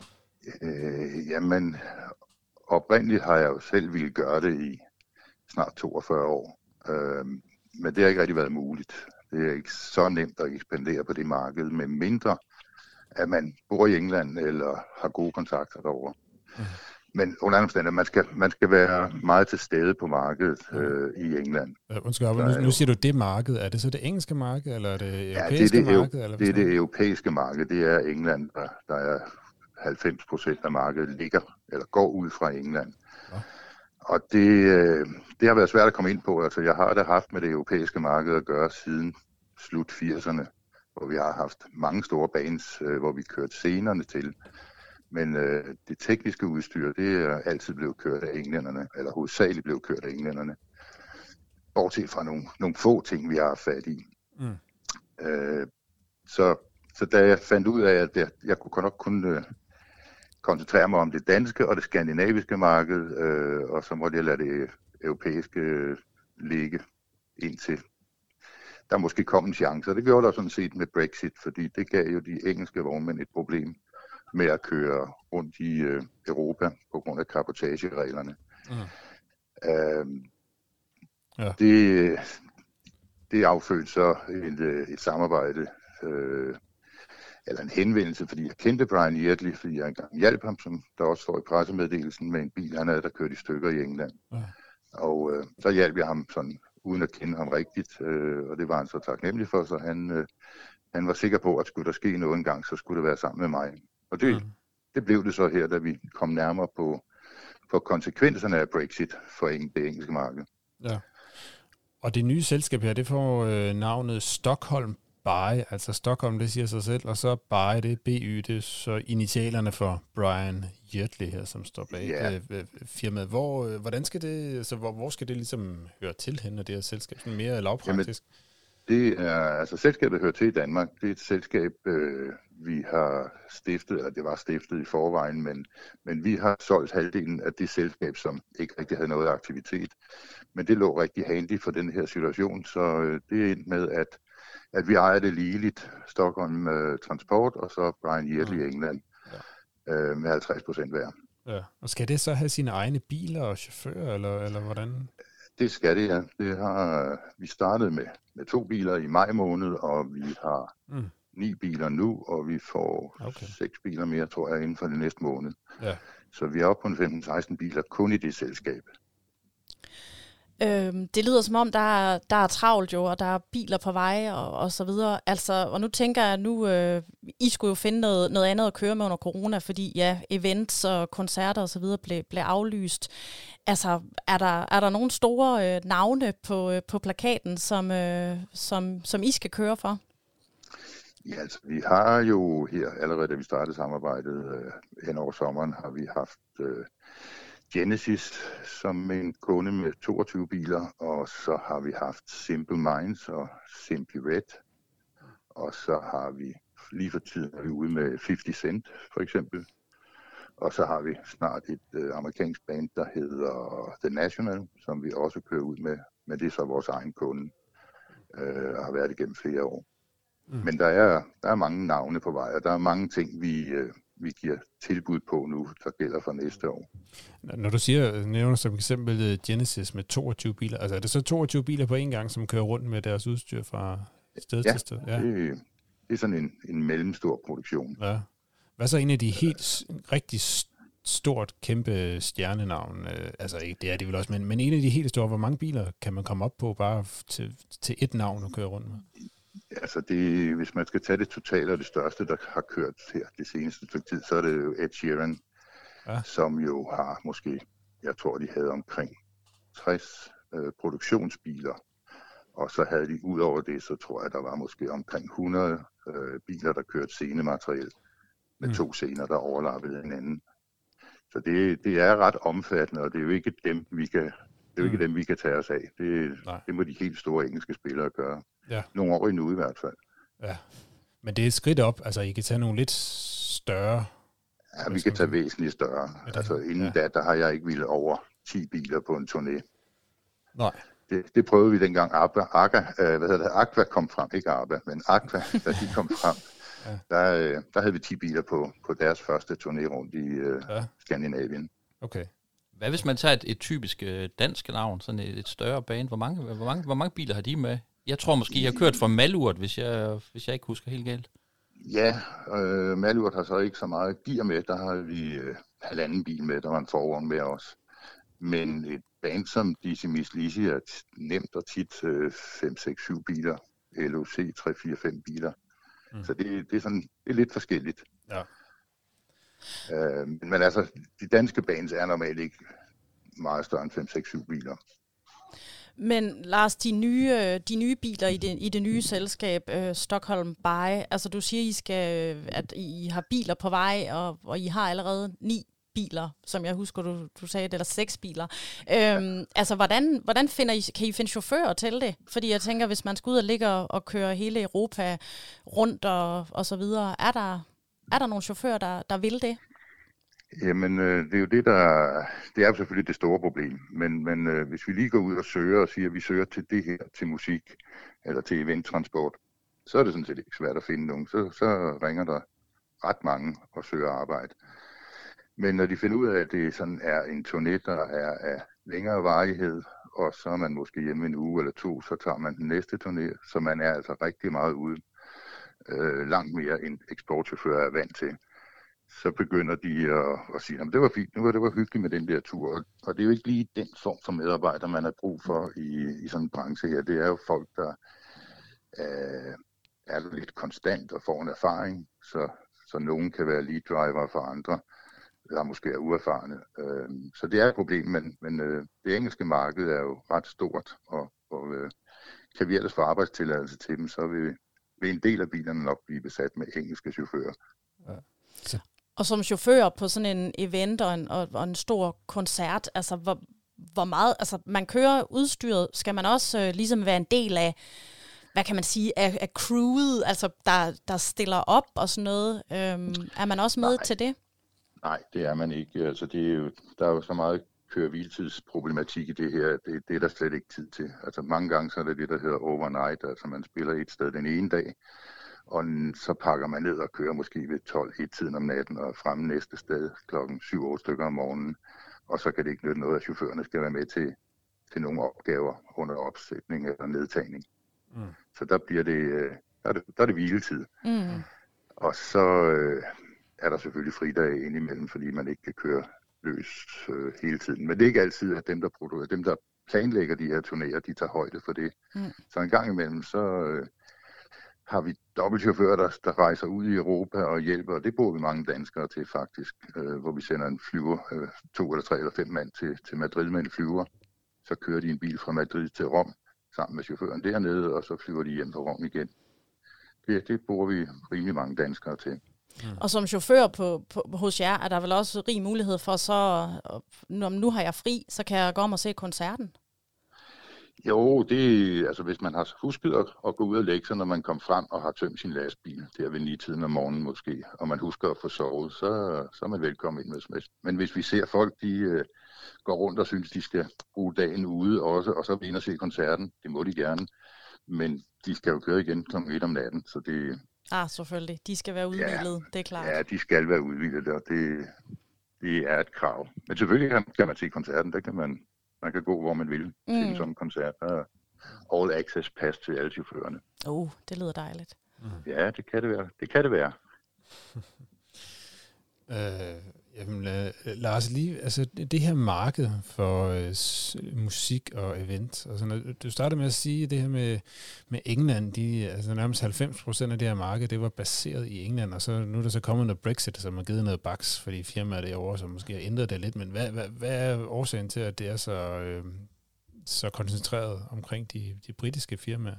Jamen, oprindeligt har jeg jo selv ville gøre det i snart 42 år, men det har ikke rigtig været muligt. Det er ikke så nemt at ekspandere på det marked, med mindre at man bor i England eller har gode kontakter derovre. Men under andre omstændigheder, man skal være meget til stede på markedet i England. Nu siger du det marked. Er det så det engelske marked, eller er det europæiske marked? Eller det er det europæiske marked. Det er England, der er 90% af markedet ligger, eller går ud fra England. Ja. Og det har været svært at komme ind på. Altså, jeg har da haft med det europæiske marked at gøre siden slut 80'erne, hvor vi har haft mange store bands, hvor vi kørte scenerne til. Men det tekniske udstyr, det er altid blevet kørt af englænderne, eller hovedsageligt blevet kørt af englænderne. Bortset fra nogle få ting, vi har fat i. Så da jeg fandt ud af, at jeg kunne nok kun koncentrere mig om det danske og det skandinaviske marked, og så måtte jeg lade det europæiske ligge indtil der måske kom en chance. Og det gjorde der sådan set med Brexit, fordi det gav jo de engelske vognmænd et problem med at køre rundt i Europa på grund af cabotagereglerne. Ja. Det affødte så et samarbejde, eller en henvendelse, fordi jeg kendte Brian Yardley, fordi jeg engang hjalp ham, som der også står i pressemeddelelsen, med en bil, han havde, der kørte i stykker i England. Ja. Og så hjalp jeg ham sådan, uden at kende ham rigtigt, og det var han så taknemmelig for, så han var sikker på, at skulle der ske noget engang, så skulle det være sammen med mig. Og det blev det så her, da vi kom nærmere på konsekvenserne af Brexit for det engelske marked. Ja. Og det nye selskab her, det får navnet Stockholm Buy, altså Stockholm, det siger sig selv, og så Buy, det er BY, det er så initialerne for Brian Yardley her, som står bag firmaet. Hvordan skal det, så hvor skal det ligesom høre til henne, det her selskab, sådan mere lavpraktisk? Selskabet hører til i Danmark. Det er et selskab, vi har stiftet, eller det var stiftet i forvejen, men vi har solgt halvdelen af det selskab, som ikke rigtig havde noget aktivitet. Men det lå rigtig handy for den her situation, så det er endt med, at vi ejer det ligeligt, Stockholm Transport, og så Brian Yardley i England, med 50% hver. Ja. Og skal det så have sine egne biler og chauffører, eller hvordan? Det skal det, ja. Vi startede med 2 biler i maj måned, og vi har 9 biler nu, og vi får 6 biler mere, tror jeg, inden for den næste måned. Ja. Så vi er oppe på en 15-16 biler kun i det selskab. Det lyder som om, der er travlt jo, og der er biler på vej og så videre. Altså, og nu tænker jeg, I skulle jo finde noget andet at køre med under corona, fordi events og koncerter og så videre blev aflyst. Altså, er der nogle store navne på plakaten, som I skal køre for? Ja, altså, vi har jo her, allerede da vi startede samarbejdet hen over sommeren, har vi haft Genesis som en kunde med 22 biler, og så har vi haft Simple Minds og Simply Red, og så har vi lige for tiden er vi ude med 50 Cent for eksempel, og så har vi snart et amerikansk band, der hedder The National, som vi også kører ud med, men det er så vores egen kunde, og har været igennem flere år. Men der er mange navne på vej, og der er mange ting, vi giver tilbud på nu, der gælder for næste år. Når du nævner som eksempel Genesis med 22 biler, altså er det så 22 biler på en gang, som kører rundt med deres udstyr fra sted til sted? Ja, det er sådan en mellemstor produktion. Ja. Hvad så en af de helt rigtig stort, kæmpe stjernenavn? Altså det er det vel også, men en af de helt store, hvor mange biler kan man komme op på bare til et navn at køre rundt med? Altså hvis man skal tage det totale og det største, der har kørt her det seneste stykke tid, så er det jo Ed Sheeran, som jo har måske, jeg tror de havde omkring 60 produktionsbiler, og så havde de ud over det, så tror jeg, der var måske omkring 100 biler, der kørte scenemateriel med 2 scener, der overlappede hinanden. Så det er ret omfattende, og det er jo ikke dem, vi kan tage os af. Det må de helt store engelske spillere gøre. Ja. Nogle år endnu i hvert fald. Ja, men det er et skridt op. Altså, I kan tage nogle lidt større... Ja, vi kan tage væsentligt større. Altså, inden der har jeg ikke ville over 10 biler på en turné. Nej. Det prøvede vi dengang Aqua kom frem. Ikke Aqua, men Aqua, da de kom frem. Der havde vi 10 biler på deres første turné rundt i Skandinavien. Okay. Hvad hvis man tager et typisk dansk navn, sådan et større band? Hvor mange biler har de med? Jeg tror måske, jeg har kørt fra Malurt, hvis jeg ikke husker helt galt. Ja, Malurt har så ikke så meget gear med. Der har vi 1,5 bil med, der var en forvogn med os. Men et band som Dizzy Miss Lizzy er nemt og tit 5, 6, 7 biler. LOC 3, 4, 5 biler. Så det er lidt forskelligt. Ja. Men altså, de danske bands er normalt ikke meget større end 5, 6, 7 biler. Men Lars, de nye biler i det nye selskab, Stockholm Buy, altså du siger, at I har biler på vej, og I har allerede 9 biler, som jeg husker, du sagde, eller 6 biler. Altså, hvordan kan I finde chauffører til det? Fordi jeg tænker, hvis man skal ud og ligge og køre hele Europa rundt og så videre, er der nogle chauffører, der vil det? Jamen, det er jo det er jo selvfølgelig det store problem. Men hvis vi lige går ud og søger og siger, at vi søger til det her, til musik eller til eventtransport, så er det sådan set ikke svært at finde nogen. Så ringer der ret mange og søger arbejde. Men når de finder ud af, at det sådan er en turné, der er af længere varighed, og så er man måske hjemme en uge eller to, så tager man den næste turné, så man er altså rigtig meget ude. Langt mere end eksportchauffører er vant til. Så begynder de at sige, at det var fint, det var hyggeligt med den der tur. Og det er jo ikke lige den form for medarbejder, man har brug for i sådan en branche her. Det er jo folk, der er lidt konstant og får en erfaring, så nogen kan være lead driver for andre, der måske er uerfarne. Så det er et problem, men det engelske marked er jo ret stort, og kan vi ellers få arbejdstilladelse til dem, så vil en del af bilerne nok blive besat med engelske chauffører. Ja. Og som chauffør på sådan en event og en stor koncert, altså hvor meget, altså man kører udstyret, skal man også ligesom være en del af, hvad kan man sige, af crewet, altså der stiller op og sådan noget. Er man også med til det? Nej, det er man ikke. Altså der er jo så meget køre-hviletidsproblematik i det her. Det er der slet ikke tid til. Altså mange gange så er det der hedder overnight, altså man spiller et sted den ene dag, og så pakker man ned og kører måske ved 12-1-tiden om natten og frem næste sted klokken 7-8 stykker om morgenen. Og så kan det ikke nytte noget, at chaufførerne skal være med til nogle opgaver under opsætning eller nedtagning. Så der bliver der er det hviletid. Og så er der selvfølgelig fridage indimellem, fordi man ikke kan køre løs hele tiden. Men det er ikke altid, at dem, der planlægger de her turnéer, de tager højde for det. Så en gang imellem, så har vi dobbeltchauffører, der rejser ud i Europa og hjælper, og det bruger vi mange danskere til faktisk, hvor vi sender en flyver, 2 eller 3 eller 5 mand til Madrid med en flyver. Så kører de en bil fra Madrid til Rom sammen med chaufføren dernede, og så flyver de hjem på Rom igen. Det bruger vi rimelig mange danskere til. Og som chauffør hos jer, er der vel også rig mulighed for så, når nu har jeg fri, så kan jeg gå om og se koncerten? Jo, altså hvis man har husket at gå ud og lægge sig, når man kommer frem og har tømt sin lastbil, der ved 9-tiden om morgenen måske, og man husker at få sovet, så er man velkommen ind med. Men hvis vi ser folk, de går rundt og synes, de skal bruge dagen ude også, og så vil ind og se koncerten, det må de gerne, men de skal jo køre igen kl. 1 om natten, så det... selvfølgelig. De skal være udhvilet, det er klart. Ja, de skal være udhvilet, og det er et krav. Men selvfølgelig kan man se koncerten, der kan man kan gå, hvor man vil til en sådan koncert. Der er all access pass til alle chaufførerne. Det lyder dejligt. Ja, det kan det være. Det kan det være. Lars, lige, altså det her marked for musik og event, altså, du startede med at sige det her med England, altså nærmest 90% af det her marked, det var baseret i England, og så nu er der så kommet noget Brexit, som har givet noget baks, fordi firmaet derovre, som måske har ændret det lidt, men hvad er årsagen til, at det er så koncentreret omkring de britiske firmaer?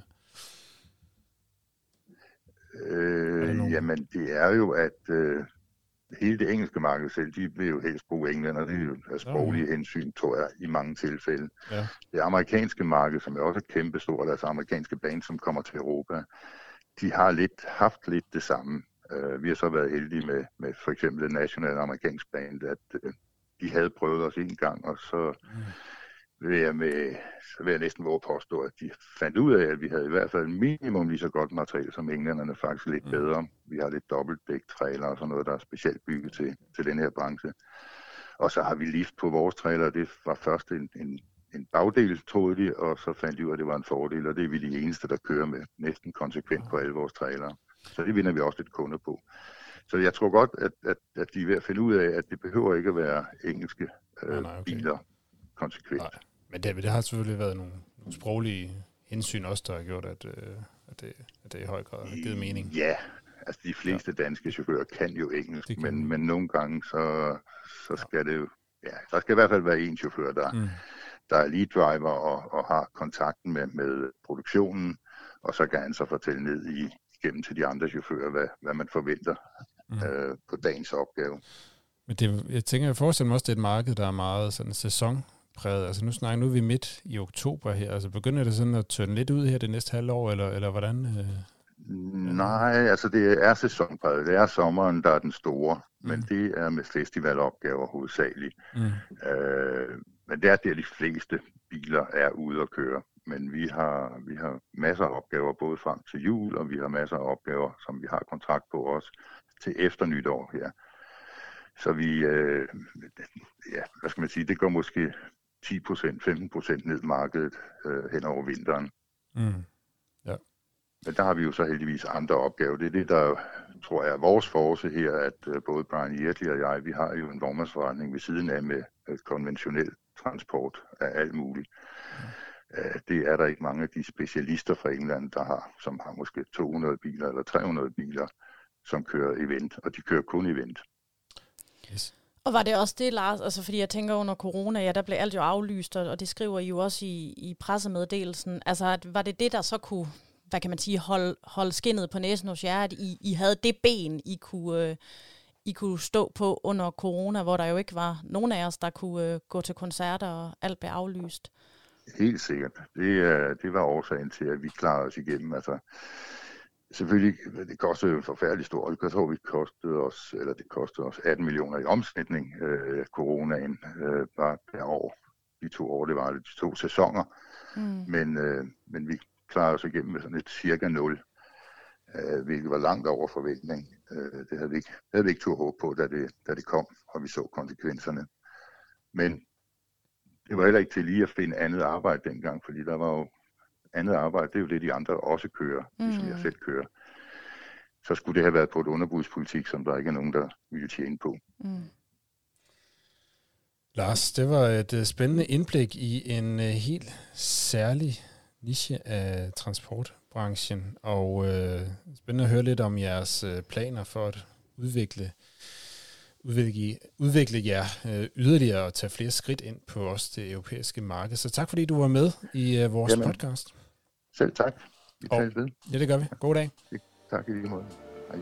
Jamen, det er jo, at hele det engelske marked selv, de vil jo helst bruge englænder, det er jo af sproglige hensyn, tror jeg, i mange tilfælde. Ja. Det amerikanske marked, som er også kæmpestort, altså amerikanske bands, som kommer til Europa, de har haft lidt det samme. Vi har så været heldige med for eksempel det nationale amerikanske band, at de havde prøvet os en gang, og så vil jeg næsten våge påstå, at de fandt ud af, at vi havde i hvert fald minimum lige så godt materiale som englænderne, faktisk lidt bedre. Vi har lidt dobbeltdæk-trailer og sådan noget, der er specielt bygget til den her branche. Og så har vi lift på vores trailer. Det var først en bagdel, troede de, og så fandt de ud af, at det var en fordel, og det er vi de eneste, der kører med næsten konsekvent på alle vores trailere. Så det vinder vi også lidt kunder på. Så jeg tror godt, at de er ved at finde ud af, at det behøver ikke at være engelske biler konsekvent. Nej. Men det har selvfølgelig været nogle sproglige hensyn også, der har gjort, at det i høj grad har givet mening. Ja, altså de fleste danske chauffører kan jo engelsk, men nogle gange så skal det jo, der skal i hvert fald være en chauffør, der er lead driver og har kontakten med produktionen, og så kan han så fortælle ned igennem til de andre chauffører, hvad man forventer på dagens opgave. Men jeg forestiller mig også, det er et marked, der er meget sådan sæsonpræget. Altså nu er vi midt i oktober her. Altså begynder det sådan at tørne lidt ud her det næste halvår, eller hvordan? Nej, altså det er sæsonpræget. Det er sommeren, der er den store, men det er med festivalopgaver hovedsageligt. Men det er der, de fleste biler er ude at køre. Men vi har masser af opgaver både frem til jul, og vi har masser af opgaver, som vi har kontrakt på også til efter nytår her. Så vi, hvad skal man sige, det går måske 10%, 15% ned markedet hen over vinteren. Ja. Men der har vi jo så heldigvis andre opgaver. Det er det, der tror jeg er vores force her, at både Brian Hjertli og jeg, vi har jo en vognmandsforretning ved siden af med konventionel transport af alt muligt. Det er der ikke mange af de specialister fra England, der har, som har måske 200 biler eller 300 biler, som kører event, og de kører kun event. Yes. Og var det også det, Lars? Altså, fordi jeg tænker under corona, ja, der blev alt jo aflyst, og det skriver I jo også i pressemeddelelsen. Altså, var det der så kunne, hvad kan man sige, holde skindet på næsen hos jer, at I havde det ben, I kunne stå på under corona, hvor der jo ikke var nogen af os, der kunne gå til koncerter, og alt blev aflyst? Helt sikkert. Det var årsagen til, at vi klarede os igennem. Altså, selvfølgelig, det kostede jo en forfærdelig stor. Jeg tror, det kostede os 18 millioner i omsætning, coronaen var per år. De 2 år, det var de 2 sæsoner. Men vi klarede os igennem med sådan et cirka 0, hvilket var langt over forventning. Det havde vi ikke tur håb på, da det kom, og vi så konsekvenserne. Men det var heller ikke til lige at finde andet arbejde dengang, fordi der var jo andet arbejde, det er jo det, de andre også kører, ligesom jeg selv kører. Så skulle det have været på et underbudspolitik, som der ikke er nogen, der ville tjene på. Lars, det var et spændende indblik i en helt særlig niche af transportbranchen, og spændende at høre lidt om jeres planer for at udvikle jer yderligere og tage flere skridt ind på også det europæiske marked. Så tak fordi du var med i vores podcast. Selv tak. Vi tales ved. Ja, det gør vi. God dag. Tak i lige måde. Hej.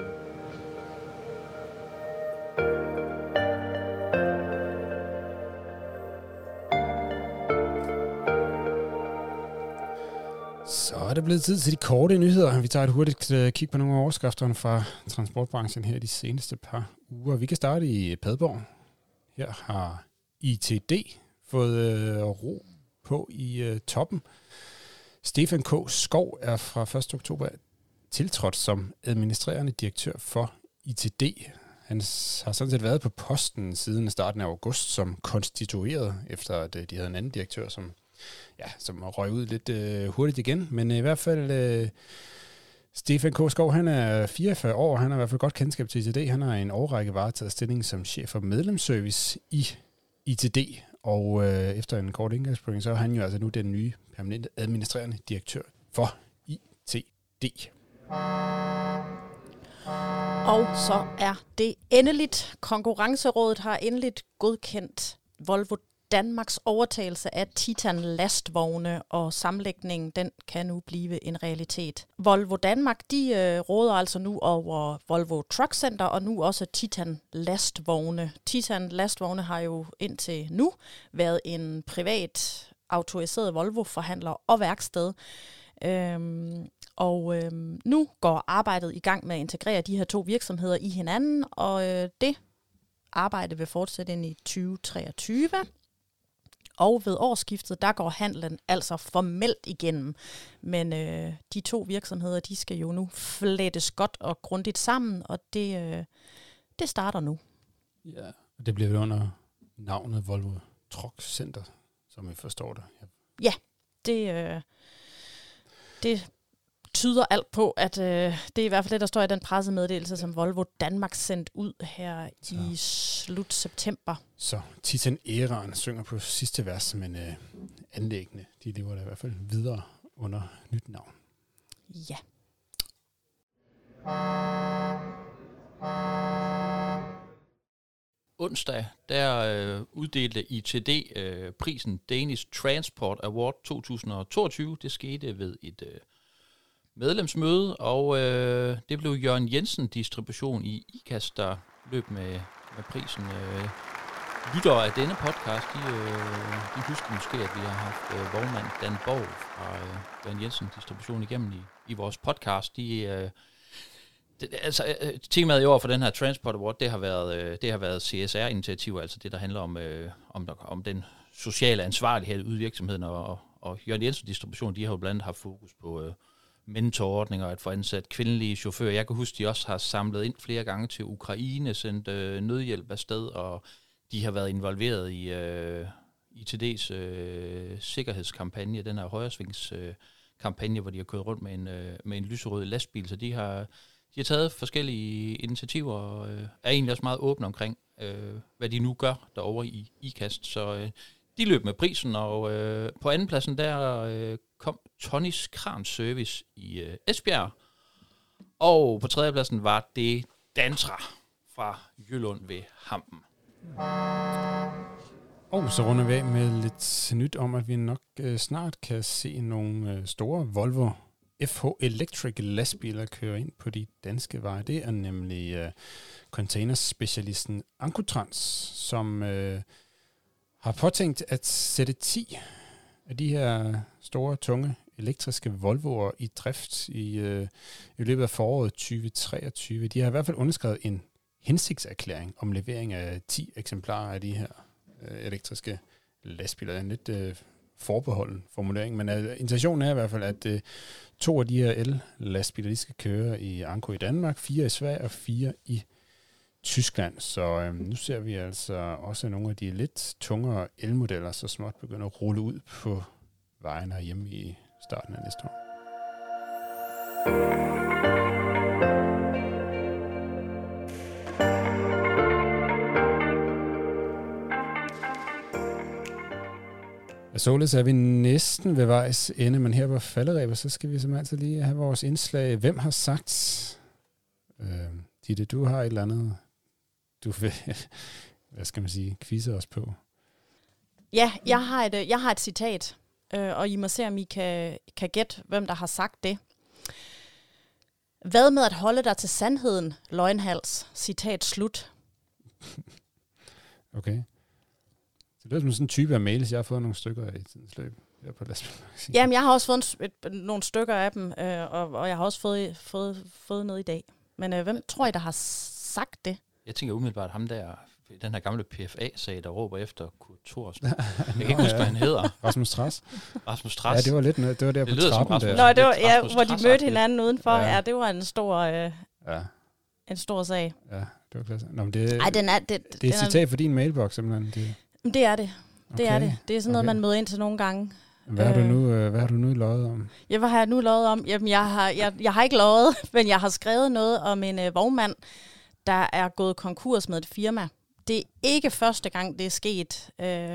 Så er det blevet tid til de korte nyheder. Vi tager et hurtigt kig på nogle af overskrifterne fra transportbranchen her de seneste par uger. Vi kan starte i Padborg. Her har ITD fået ro på i toppen. Stefan K. Skov er fra 1. oktober tiltrådt som administrerende direktør for ITD. Han har sådan set været på posten siden starten af august som konstitueret, efter at de havde en anden direktør, som røg ud lidt hurtigt igen. Men i hvert fald Stefan K. Skov, han er 44 år, han har i hvert fald godt kendskab til ITD. Han har en årrække varetaget stilling som chef for medlemsservice i ITD. Og efter en kort indgangsprøvning, så er han jo altså nu den nye permanente administrerende direktør for ITD. Og så er det endeligt. Konkurrencerådet har endeligt godkendt Volvo Danmarks overtagelse af Titan lastvogne, og sammenlægningen, den kan nu blive en realitet. Volvo Danmark, de råder altså nu over Volvo Truck Center og nu også Titan lastvogne. Titan lastvogne har jo indtil nu været en privat autoriseret Volvo-forhandler og værksted. Nu går arbejdet i gang med at integrere de her 2 virksomheder i hinanden, og det arbejde vil fortsætte ind i 2023. Og ved årsskiftet, der går handlen altså formelt igennem. Men de 2 virksomheder, de skal jo nu flettes godt og grundigt sammen, og det starter nu. Ja, og det bliver vel under navnet Volvo Truck Center, som vi forstår det. Ja, det tyder alt på, at det er i hvert fald det, der står i den pressemeddelelse, som Volvo Danmark sendte ud her i slut september. Så Titan-æraen synger på sidste vers, men anlæggene, de lever der i hvert fald videre under nyt navn. Ja. Onsdag, der uddelte ITD prisen Danish Transport Award 2022. Det skete ved et medlemsmøde, og det blev Jørgen Jensen Distribution i IKAST, der løb med prisen. lyttere af denne podcast, de husker måske, at vi har haft vognmand Dan Borg fra Jørgen Jensen Distribution igennem i vores podcast. Temaet i år for den her Transport Award, det har været CSR-initiativer, altså det, der handler om den sociale ansvarlighed ude i virksomheden, og Jørgen Jensen Distribution, de har jo blandt andet haft fokus på mentorordninger, at få ansat kvindelige chauffører. Jeg kan huske, de også har samlet ind flere gange til Ukraine, sendt nødhjælp afsted, og de har været involveret i ITD's sikkerhedskampagne, den her højresvingskampagne, hvor de har kørt rundt med en lyserød lastbil, så de har taget forskellige initiativer og er egentlig også meget åbne omkring, hvad de nu gør derovre i IKAST. Så de løb med prisen, og på andenpladsen der kom Tonys Kranservice i Esbjerg, og på tredjepladsen var det Dantra fra Jylland ved Hampen. Og så runder vi af med lidt nyt om, at vi nok snart kan se nogle store Volvo FH Electric lastbiler køre ind på de danske veje. Det er nemlig containerspecialisten Ancotrans, som har påtænkt at sætte 10 af de her store, tunge elektriske Volvoer i drift i løbet af foråret 2023. De har i hvert fald underskrevet en hensigtserklæring om levering af 10 eksemplarer af de her elektriske lastbiler. Det er en lidt forbeholden formulering, men intentionen er i hvert fald, at 2 af de her el-lastbiler, de skal køre i Anco i Danmark, 4 i Sverige og 4 i Tyskland. Så nu ser vi altså også nogle af de lidt tungere elmodeller, så småt begynder at rulle ud på vejen herhjemme i starten af næste år. Således er vi næsten ved vejs ende, men her på falderæbet, så skal vi som altid lige have vores indslag. Hvem har sagt, Ditte, du har et eller andet, du vil, hvad skal man sige, quizze os på? Ja, jeg har et citat, og I må se, om I kan gætte, hvem der har sagt det. Hvad med at holde dig til sandheden, løgnhals? Citat slut. Okay. Det er som sådan en type af mails, jeg har fået nogle stykker af i tidens løb. Jamen, jeg har også fået nogle stykker af dem, og jeg har også fået noget i dag. Men hvem tror I, der har sagt det? Jeg tænker umiddelbart ham der, den her gamle PFA-sag, der råber efter Kurt Thorsen. Jeg kan ikke huske, hvad han hedder. Rasmus Trads. Rasmus Trads. Ja, det var lidt noget. Det var der det på trappen der. Nå, det var, hvor de mødte hinanden udenfor. Ja, det var en stor... en stor sag. Ja, det var klasse. Nå, men det er et citat for din mailbox, simpelthen. Det er det. Det er det. Det er sådan noget, man møder ind til nogle gange. Hvad har du nu løjet om? Ja, hvad har jeg nu løjet om? Jamen, jeg har ikke løjet, men jeg har skrevet noget om en vognmand, der er gået konkurs med et firma. Det er ikke første gang, det er sket.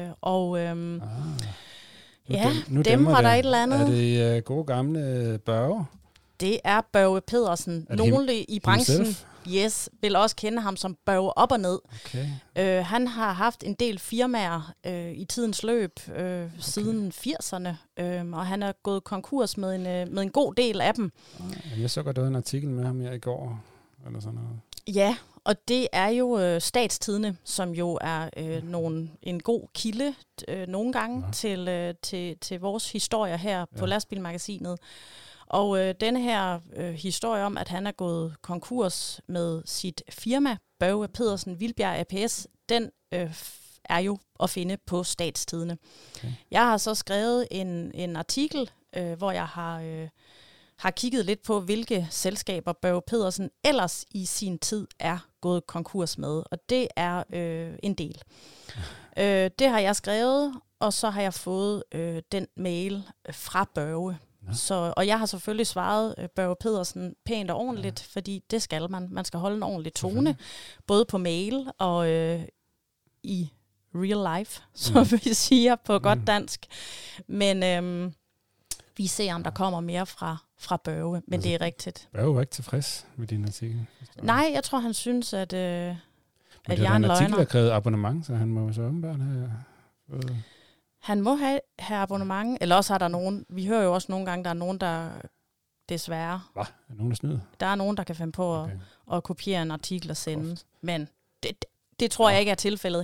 Dem var der et eller andet. Er det gode gamle Børge? Det er Børge Pedersen. Nogle i branchen... Himself? Yes, vil også kende ham som Børge op og ned. Okay. Han har haft en del firmaer i tidens løb siden 80'erne, og han er gået konkurs med en god del af dem. Jeg så godt, der var en artikel med ham her i går, eller sådan noget. Ja, og det er jo Statstidende, som jo er en god kilde nogle gange til vores historier her på Lastbilmagasinet. Og denne her historie om, at han er gået konkurs med sit firma, Børge Pedersen Vilbjerg ApS, den er jo at finde på Statstidende. Okay. Jeg har så skrevet en artikel, hvor jeg har kigget lidt på, hvilke selskaber Børge Pedersen ellers i sin tid er gået konkurs med. Og det er en del. Det har jeg skrevet, og så har jeg fået den mail fra Børge. Og jeg har selvfølgelig svaret Børge Pedersen pænt og ordentligt, fordi det skal man. Man skal holde en ordentlig tone, både på mail og i real life, som vi siger på godt dansk. Men vi ser, om der kommer mere fra Børge, men det er rigtigt. Børge var ikke tilfreds med din artikel? Nej, jeg tror, han synes, at jeg er en løgner. Det er en artikel, der krævede abonnement, så han må så åbenbart have... Han må have abonnement, eller også har der nogen, vi hører jo også nogle gange, der er nogen, der desværre... Hvad? Er nogen, der snyder? Der er nogen, der kan finde på at kopiere en artikel og sende, men det tror jeg ikke er tilfældet her.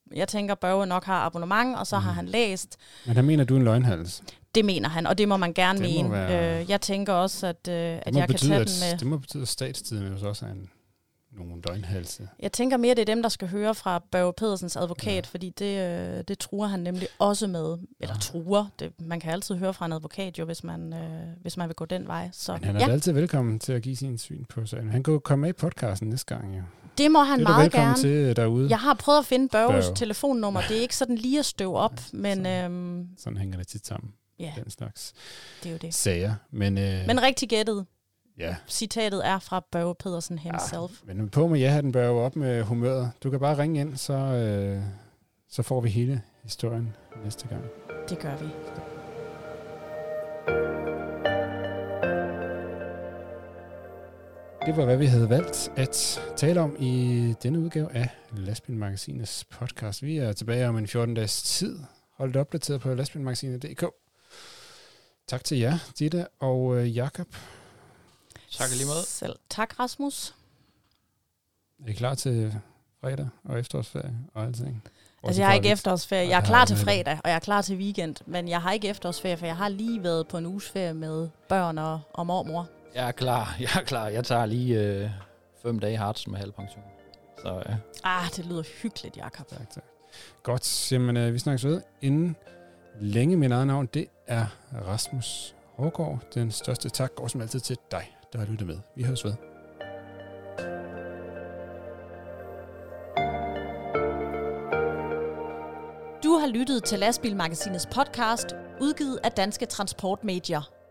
Jeg tænker, Børge nok har abonnement, og så har han læst. Men der mener du en løgnhals? Det mener han, og det må man gerne mene. Jeg tænker også, at jeg kan tage den med... Det må betyde, at statstiden også er nogle døgnhalse. Jeg tænker mere, det er dem, der skal høre fra Børge Pedersens advokat, fordi det truer han nemlig også med. Eller truer. Man kan altid høre fra en advokat, jo, hvis man vil gå den vej. Så, men han er altid velkommen til at give sin syn på sagen. Han kan komme med i podcasten næste gang, jo. Det må han meget gerne. Til derude. Jeg har prøvet at finde Børges telefonnummer. Det er ikke sådan lige at støve op, men... Sådan hænger det tit sammen. Ja, den slags det er jo det. Sager. Men rigtig gættet. Ja. Citatet er fra Børge Pedersen himself. Ja, men på med ja-hatten, Børge, op med humøret. Du kan bare ringe ind, så får vi hele historien næste gang. Det gør vi. Det var, hvad vi havde valgt at tale om i denne udgave af Lastbilmagasinets podcast. Vi er tilbage om en 14-dages tid. Hold det opdateret på lastbilmagasinet.dk. Tak til jer, Ditte og Jakob. Tak lige måde. Selv tak, Rasmus. Er I klar til fredag og efterårsferie og alting? Altså, jeg har ikke efterårsferie. Jeg er klar til fredag, og jeg er klar til weekend. Men jeg har ikke efterårsferie, for jeg har lige været på en uges ferie med børn og mormor. Jeg er klar. Jeg tager lige 5 dage Hartz med halv pension. Så ja. Det lyder hyggeligt, Jakob. Tak. Godt. Jamen, vi snakkes ved inden længe. Mit eget navn, det er Rasmus Hårgaard. Den største tak går som altid til dig, der har lyttet med. Vi høres ved. Du har lyttet til Lastbilmagasinets podcast, udgivet af Danske Transportmedier.